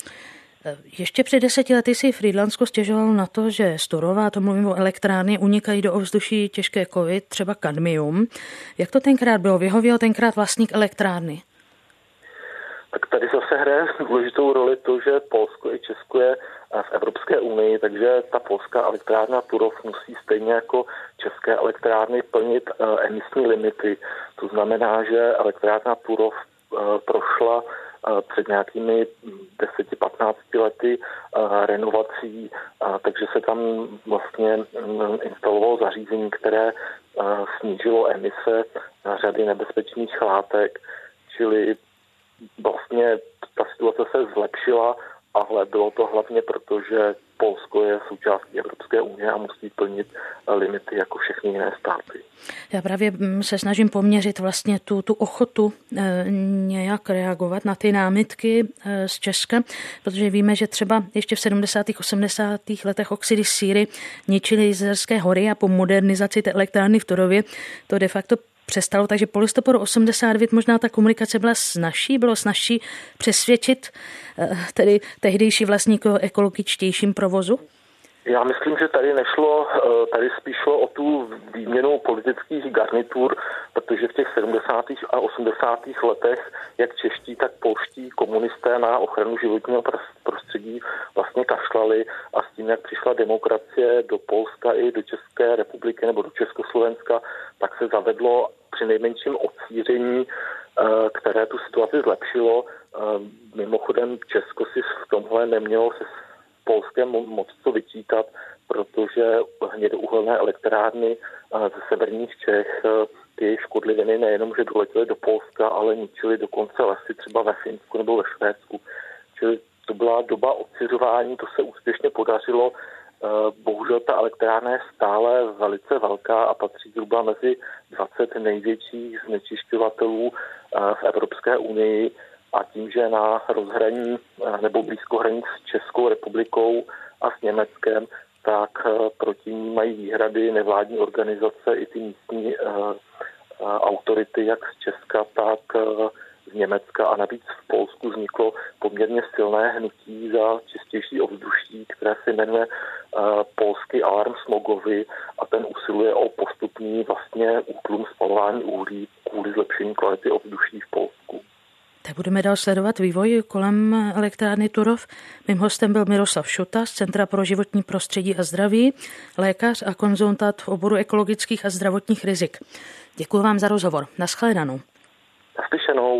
Ještě před deseti lety si Frýdlantsko stěžovalo na to, že z Turova, to mluvím o elektrárny, unikají do ovzduší těžké kovy, třeba kadmium. Jak to tenkrát bylo? Vyhověl tenkrát vlastník elektrárny? Tak tady zase hraje důležitou roli to, že Polsko i Česko je v Evropské unii, takže ta polská elektrárna Turów musí stejně jako české elektrárny plnit emisní limity. To znamená, že elektrárna Turów prošla před nějakými deseti patnácti lety renovací, takže se tam vlastně instalovalo zařízení, které snížilo emise řady nebezpečných látek, čili vlastně ta situace se zlepšila, ale bylo to hlavně proto, že Polsko je součástí Evropské unie a musí plnit limity jako všechny jiné státy. Já právě se snažím poměřit vlastně tu, tu ochotu e, nějak reagovat na ty námitky e, z Česka, protože víme, že třeba ještě v sedmdesátých osmdesátých letech oxidy síry ničily Jizerské hory a po modernizaci té elektrárny v Turově to de facto přestalo, takže po listopadu osmdesát devět možná ta komunikace byla snazší, bylo snazší přesvědčit tedy tehdejší vlastník o ekologičtějším provozu? Já myslím, že tady nešlo, tady spíš šlo o tu výměnu politických garnitur, protože v těch sedmdesátých a osmdesátých letech jak čeští, tak polští komunisté na ochranu životního prostředí vlastně kašlali a s tím, jak přišla demokracie do Polska i do České republiky nebo do Československa, tak se zavedlo při nejmenším odsíření, které tu situaci zlepšilo. Mimochodem Česko si v tomhle nemělo se Polskem moc co vyčítat, protože hnědouhelné elektrárny ze severních Čech ty jejich škodliviny nejenom, že doletěly do Polska, ale ničily dokonce lesy třeba ve Finsku nebo ve Švédsku. Čili to byla doba odciřování, to se úspěšně podařilo. Bohužel ta elektrárna je stále velice velká a patří zhruba mezi dvacet největších znečišťovatelů v Evropské unii. A tím, že na rozhraní nebo blízko hranic s Českou republikou a s Německem, tak proti ní mají výhrady nevládní organizace i ty místní autority, jak z Česka, tak z Německa. A navíc v Polsku vzniklo poměrně silné hnutí za čistější ovzduší, které se jmenuje Polský alarm smogový a ten usiluje o postupný vlastně útlum spalování uhlí kvůli zlepšení kvality ovzduší v Polsku. Tak budeme dál sledovat vývoj kolem elektrárny Turów. Mým hostem byl Miroslav Šuta z Centra pro životní prostředí a zdraví, lékař a konzultant v oboru ekologických a zdravotních rizik. Děkuji vám za rozhovor. Naschledanou. Naslyšenou.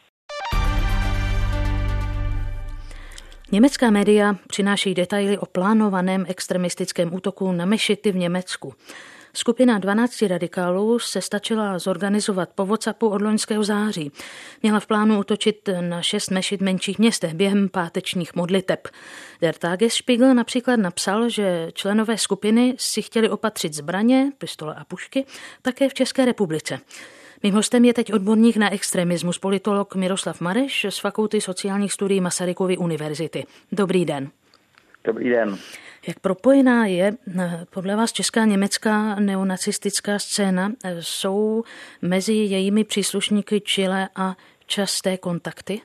Německá média přináší detaily o plánovaném extremistickém útoku na mešity v Německu. Skupina dvanácti radikálů se stačila zorganizovat po WhatsAppu od loňského září. Měla v plánu útočit na šest mešit menších městech během pátečních modliteb. Der Tagesspiegel například napsal, že členové skupiny si chtěli opatřit zbraně, pistole a pušky také v České republice. Mým hostem je teď odborník na extremismus, politolog Miroslav Mareš z Fakulty sociálních studií Masarykovy univerzity. Dobrý den. Dobrý den. Jak propojená je podle vás česká německá neonacistická scéna? Jsou mezi jejími příslušníky čilé a časté kontakty?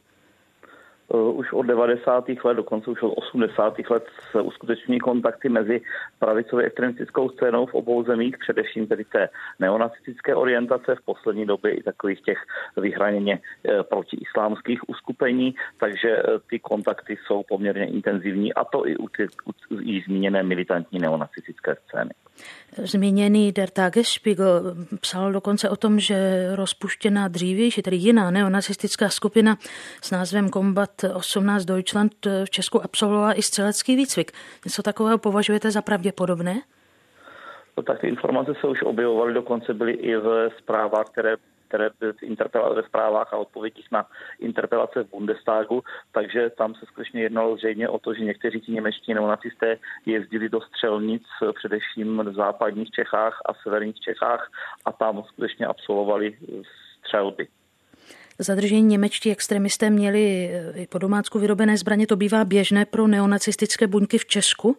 Už od devadesátých let, dokonce už od osmdesátých let se uskutečňují kontakty mezi pravicově extremistickou scénou v obou zemích, především tedy té neonacistické orientace, v poslední době i takových těch vyhraněně protiislámských uskupení, takže ty kontakty jsou poměrně intenzivní a to i u, ty, u i zmíněné militantní neonacistické scény. Zmíněný Der Tagesspiegel psal dokonce o tom, že rozpuštěná dřívější, tedy jiná neonacistická skupina s názvem Combat osmnáct Deutschland v Česku absolvovala i střelecký výcvik. Něco takového považujete za pravděpodobné? No, tak ty informace se už objevovaly, dokonce byly i v zprávách, které které ve zprávách a odpovědích na interpelace v Bundestagu, takže tam se skutečně jednalo zřejmě o to, že někteří ti němečtí neonacisté jezdili do střelnic, především v západních Čechách a severních Čechách a tam skutečně absolvovali střelby. Zadržení němečtí extremisté měli i po domácku vyrobené zbraně, to bývá běžné pro neonacistické buňky v Česku?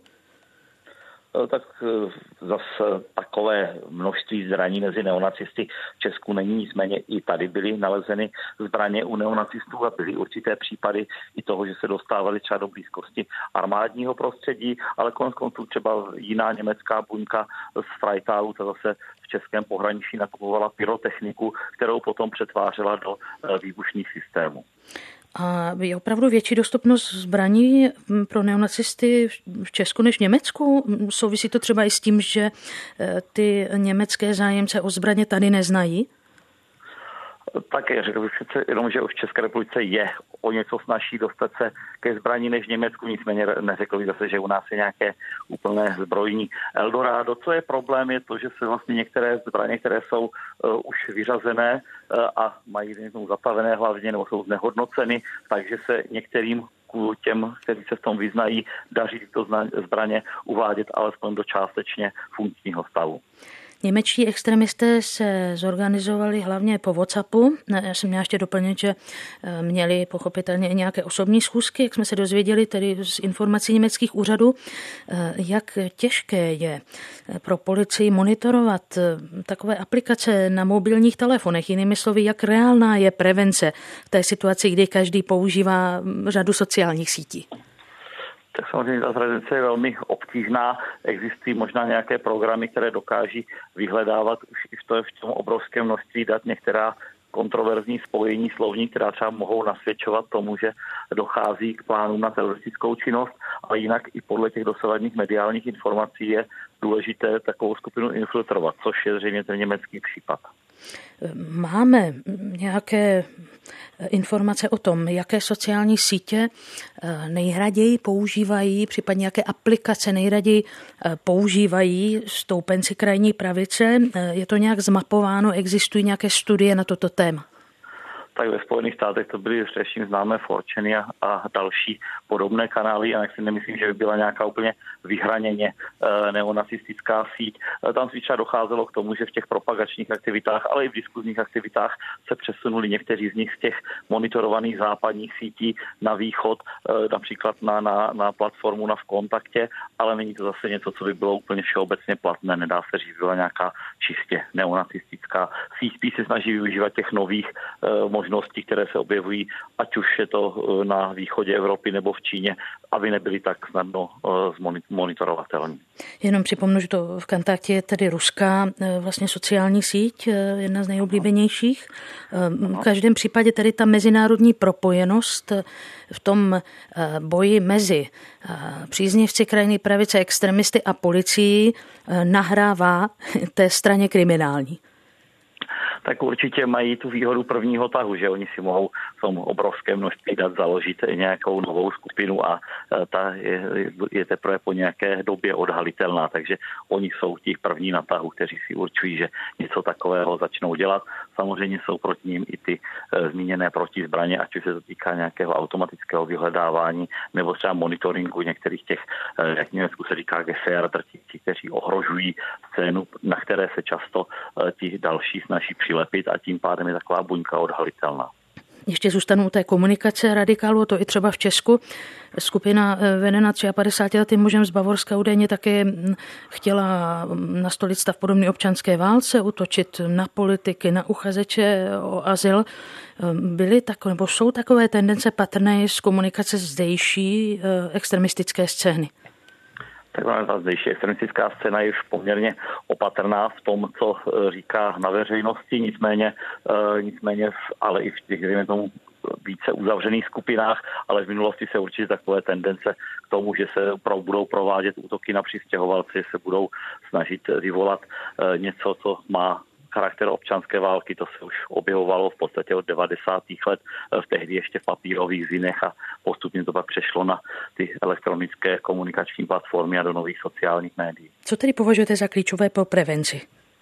Tak zase takové množství zraní mezi neonacisty v Česku není, nicméně i tady byly nalezeny zbraně u neonacistů a byly určité případy i toho, že se dostávali třeba do blízkosti armádního prostředí, ale konec konců třeba jiná německá buňka z Freitálu, ta zase v českém pohraničí nakupovala pyrotechniku, kterou potom přetvářela do výbušných systémů. A je opravdu větší dostupnost zbraní pro neonacisty v Česku než v Německu? Souvisí to třeba i s tím, že ty německé zájemce o zbraně tady neznají? Tak řekl bych sice jenom, že už v České republice je o něco snažší dostat se ke zbraní než v Německu, nicméně neřekl bych zase, že u nás je nějaké úplné zbrojní Eldorado. Co je problém, je to, že se vlastně některé zbraně, které jsou uh, už vyřazené uh, a mají zatavené hlavně nebo jsou znehodnoceny, takže se některým těm, kteří se v tom vyznají, daří to zbraně uvádět alespoň do částečně funkčního stavu. Němečtí extremisté se zorganizovali hlavně po WhatsAppu. Já jsem měla ještě doplnit, že měli pochopitelně i nějaké osobní schůzky, jak jsme se dozvěděli tedy z informací německých úřadů. Jak těžké je pro policii monitorovat takové aplikace na mobilních telefonech? Jinými slovy, jak reálná je prevence v té situaci, kdy každý používá řadu sociálních sítí? Tak samozřejmě ta prevence je velmi obtížná. Existují možná nějaké programy, které dokáží vyhledávat už i v, to, v tom obrovském množství dat některá kontroverzní spojení slovní, která třeba mohou nasvědčovat tomu, že dochází k plánům na teroristickou činnost, ale jinak i podle těch dosavadních mediálních informací je důležité takovou skupinu infiltrovat, což je zřejmě ten německý případ. Máme nějaké informace o tom, jaké sociální sítě nejraději používají, případně jaké aplikace nejraději používají stoupenci krajní pravice? Je to nějak zmapováno? Existují nějaké studie na toto téma? Tak ve Spojených státech to byly především známé four chany a, a další podobné kanály, a jak si nemyslím, že by byla nějaká úplně vyhraněně e, neonacistická síť. E, tam si třeba docházelo k tomu, že v těch propagačních aktivitách, ale i v diskuzních aktivitách se přesunuli někteří z nich z těch monitorovaných západních sítí na východ, e, například na, na, na platformu na Vkontaktě, ale není to zase něco, co by bylo úplně všeobecně platné. Nedá se říct, byla nějaká čistě neonacistická síť. Spíš se snaží využívat těch nových e, možností, které se objevují, ať už je to na východě Evropy nebo v Číně, aby nebyly tak snadno monitorovatelné. Jenom připomnu, že to v Kontaktě je tedy ruská vlastně sociální síť, jedna z nejoblíbenějších. V každém případě tedy ta mezinárodní propojenost v tom boji mezi příznivci krajní pravice, extremisty a policií nahrává té straně kriminální. Tak určitě mají tu výhodu prvního tahu, že oni si mohou v tom obrovské množství dat založit nějakou novou skupinu a ta je, je teprve po nějaké době odhalitelná, takže oni jsou ti první na tahu, kteří si určují, že něco takového začnou dělat. Samozřejmě jsou proti ním i ty e, zmíněné protizbraně, ať už se to týká nějakého automatického vyhledávání nebo třeba monitoringu některých těch, e, jak v Německu se říká Gefährder, ti, kteří ohrožují scénu, na které se často e, ti další snaží přilepit a tím pádem je taková buňka odhalitelná. Ještě zůstanu u té komunikace radikálů, to i třeba v Česku. Skupina vedená padesátitřetím mužem z Bavorska údajně také chtěla nastolit stav podobný občanské válce, útočit na politiky, na uchazeče o azyl. Byly tak, nebo jsou takové tendence patrné z komunikace zdejší extremistické scény? Tak ta zdejší extremistická scéna je už poměrně opatrná v tom, co říká na veřejnosti, nicméně, nicméně ale i v těch, dejme tomu, více uzavřených skupinách, ale v minulosti se určitě takové tendence k tomu, že se budou provádět útoky na přistěhovalce, se budou snažit vyvolat něco, co má charakter občanské války, to se už objevovalo v podstatě od devadesátých let, v tehdy ještě v papírových zinech a postupně to pak přešlo na ty elektronické komunikační platformy a do nových sociálních médií. Co tedy považujete za klíčové pro prevenci?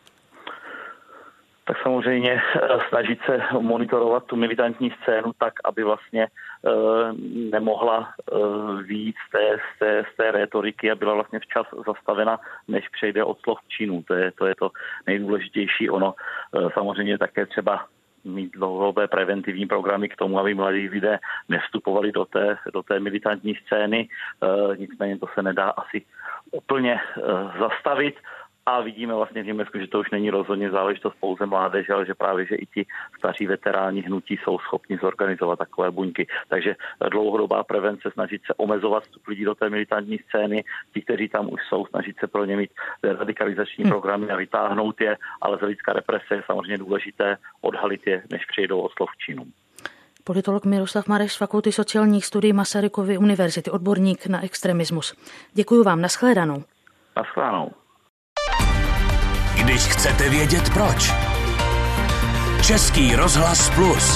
Tak samozřejmě snažit se monitorovat tu militantní scénu tak, aby vlastně e, nemohla e, víc z té, z, té, z té rétoriky a byla vlastně včas zastavena, než přejde od slov k činů. To je, to je to nejdůležitější. Ono e, samozřejmě také třeba mít dlouhodobé preventivní programy k tomu, aby mladí lidé nevstupovali do té, do té militantní scény. E, nicméně to se nedá asi úplně e, zastavit. A vidíme vlastně v Německu, že to už není rozhodně záležitost pouze mládeže, ale že právě, že i ti staří veteráni hnutí jsou schopni zorganizovat takové buňky. Takže dlouhodobá prevence, snažit se omezovat vstup lidí do té militantní scény, ti, kteří tam už jsou, snažit se pro ně mít radikalizační programy a vytáhnout je, ale z hlediska represe je samozřejmě důležité odhalit je, než přijdou od slov k činům. Politolog Miroslav Mareš z Fakulty sociálních studií Masarykovy univerzity, odborník na extremismus. Děkuji vám, nashledanou. Nashledanou. Když chcete vědět proč. Český rozhlas Plus.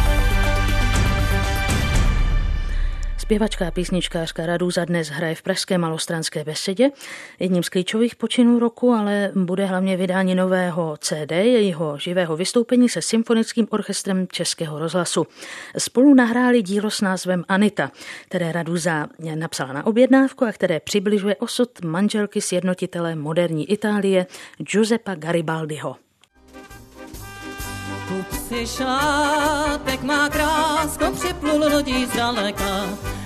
Zpěvačka a písničkářka Radúza dnes hraje v pražské Malostranské besedě. Jedním z klíčových počinů roku ale bude hlavně vydání nového C D, jejího živého vystoupení se symfonickým orchestrem Českého rozhlasu. Spolu nahráli dílo s názvem Anita, které Radúza napsala na objednávku a které přibližuje osud manželky sjednotitele moderní Itálie Giuseppa Garibaldiho. Kup si šátek, má krásko, připlul lodí zdaleka,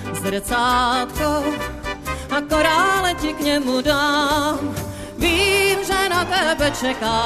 zrcátko a korále ti k němu dám. Vím, že na tebe čeká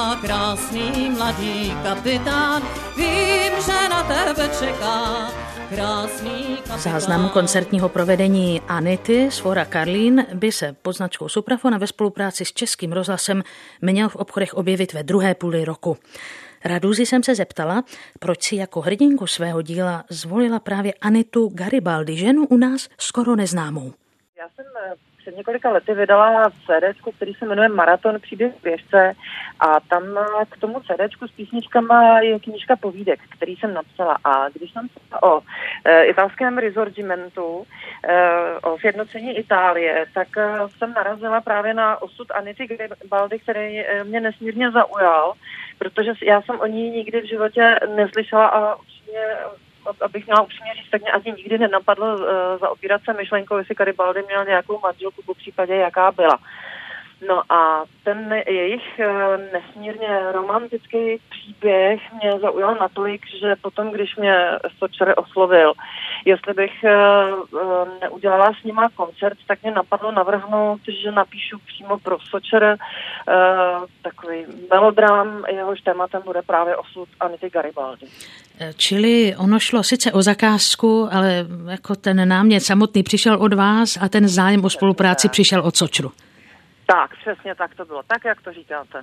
krásný mladý kapitán, vím, že na tebe čeká krásný kapitán. Záznam koncertního provedení Anity z Fóra Karlín by se pod značkou Suprafon a ve spolupráci s Českým rozhlasem měl v obchodech objevit ve druhé půli roku. Radúzy jsem se zeptala, proč si jako hrdinku svého díla zvolila právě Anitu Garibaldi, ženu u nás skoro neznámou. Já jsem před několika lety vydala CDčku, který se jmenuje Maraton příběh běžce a tam k tomu CDčku s písničkama je knížka povídek, který jsem napsala. A když jsem psala o e, italském risorgimentu, e, o sjednocení Itálie, tak e, jsem narazila právě na osud Anity Garibaldi, který e, mě nesmírně zaujal, protože já jsem o ní nikdy v životě neslyšela a upřímně, abych měla upřímně říct, tak mě ani nikdy nenapadlo uh, zaobírat se myšlenkou, jestli Garibaldi měl nějakou manželku, po případě jaká byla. No a ten jejich uh, nesmírně romantický příběh mě zaujal natolik, že potom, když mě Sočer oslovil, jestli bych uh, uh, neudělala s nima koncert, tak mě napadlo navrhnout, že napíšu přímo pro Sočer uh, takový melodrám, jehož tématem bude právě osud Anity Garibaldi. Čili ono šlo sice o zakázku, ale jako ten námět samotný přišel od vás a ten zájem o spolupráci přišel od Sočru. Tak, přesně tak to bylo, tak jak to říkáte.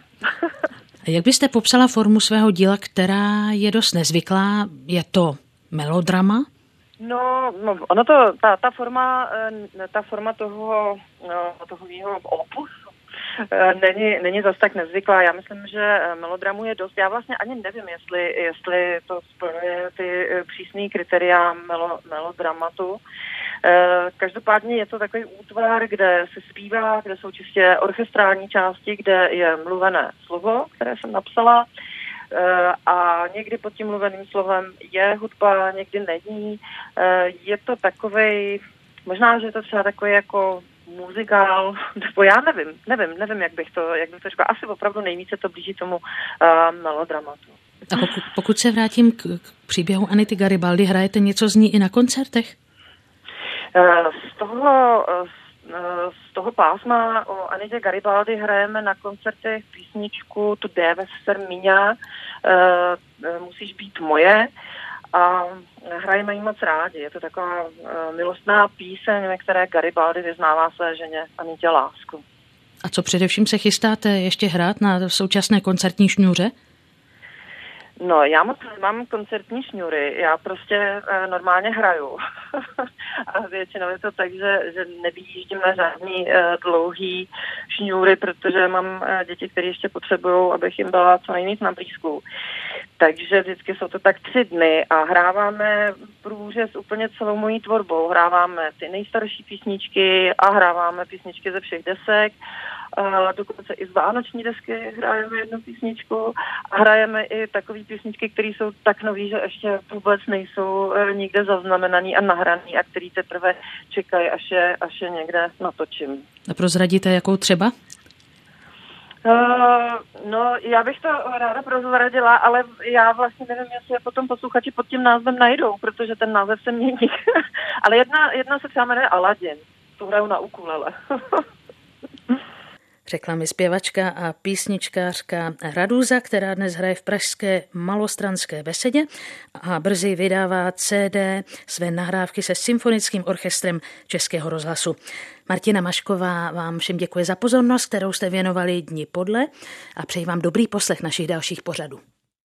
A jak byste popsala formu svého díla, která je dost nezvyklá? Je to melodrama? No, no ono to, ta, ta forma, ta forma toho, toho mýho opusu Není, není zase tak nezvyklá. Já myslím, že melodramu je dost. Já vlastně ani nevím, jestli, jestli to splňuje ty přísný kritéria melo, melodramatu. Každopádně je to takový útvar, kde se zpívá, kde jsou čistě orchestrální části, kde je mluvené slovo, které jsem napsala. A někdy pod tím mluveným slovem je hudba, někdy není. Je to takovej, možná, že je to třeba takový jako muzikál, nebo já nevím, nevím, nevím, jak bych to, jak bych to řekla. Asi opravdu nejvíce to blíží tomu uh, melodramatu. A pokud, pokud se vrátím k, k příběhu Anity Garibaldi, hrajete něco z ní i na koncertech? Uh, z toho, uh, z toho pásma o Anitě Garibaldi hrajeme na koncertech písničku Tu deve ser mia, uh, Musíš být moje. A hrajeme jí moc rádi. Je to taková uh, milostná píseň, ve které Garibaldi vyznává své ženě Anitě lásku. A co především se chystáte ještě hrát na současné koncertní šňůře? No, já moc nemám koncertní šňůry, já prostě uh, normálně hraju. A většinou je to tak, že, že nevyjíždím na žádný uh, dlouhý šňůry, protože mám uh, děti, které ještě potřebují, abych jim byla co nejvíc na blízku. Takže vždycky jsou to tak tři dny a hráváme průřez úplně celou mojí tvorbou. Hráváme ty nejstarší písničky a hráváme písničky ze všech desek. A dokonce i z vánoční desky hrajeme jednu písničku a hrajeme i takové písničky, které jsou tak nový, že ještě vůbec nejsou nikde zaznamenaný a nahraný a který teprve čekají, až je, až je někde natočím. A prozradíte, jakou třeba? Uh, no, já bych to ráda prozradila, ale já vlastně nevím, jestli je potom posluchači pod tím názvem najdou, protože ten název se mění. Ale jedna, jedna se třeba jmenuje Aladin. Tu hraju na ukulele. Řekla mi zpěvačka a písničkářka Radúza, která dnes hraje v pražské Malostranské besedě a brzy vydává C D své nahrávky se symfonickým orchestrem Českého rozhlasu. Martina Mašková vám všem děkuje za pozornost, kterou jste věnovali Dni podle a přeji vám dobrý poslech našich dalších pořadů.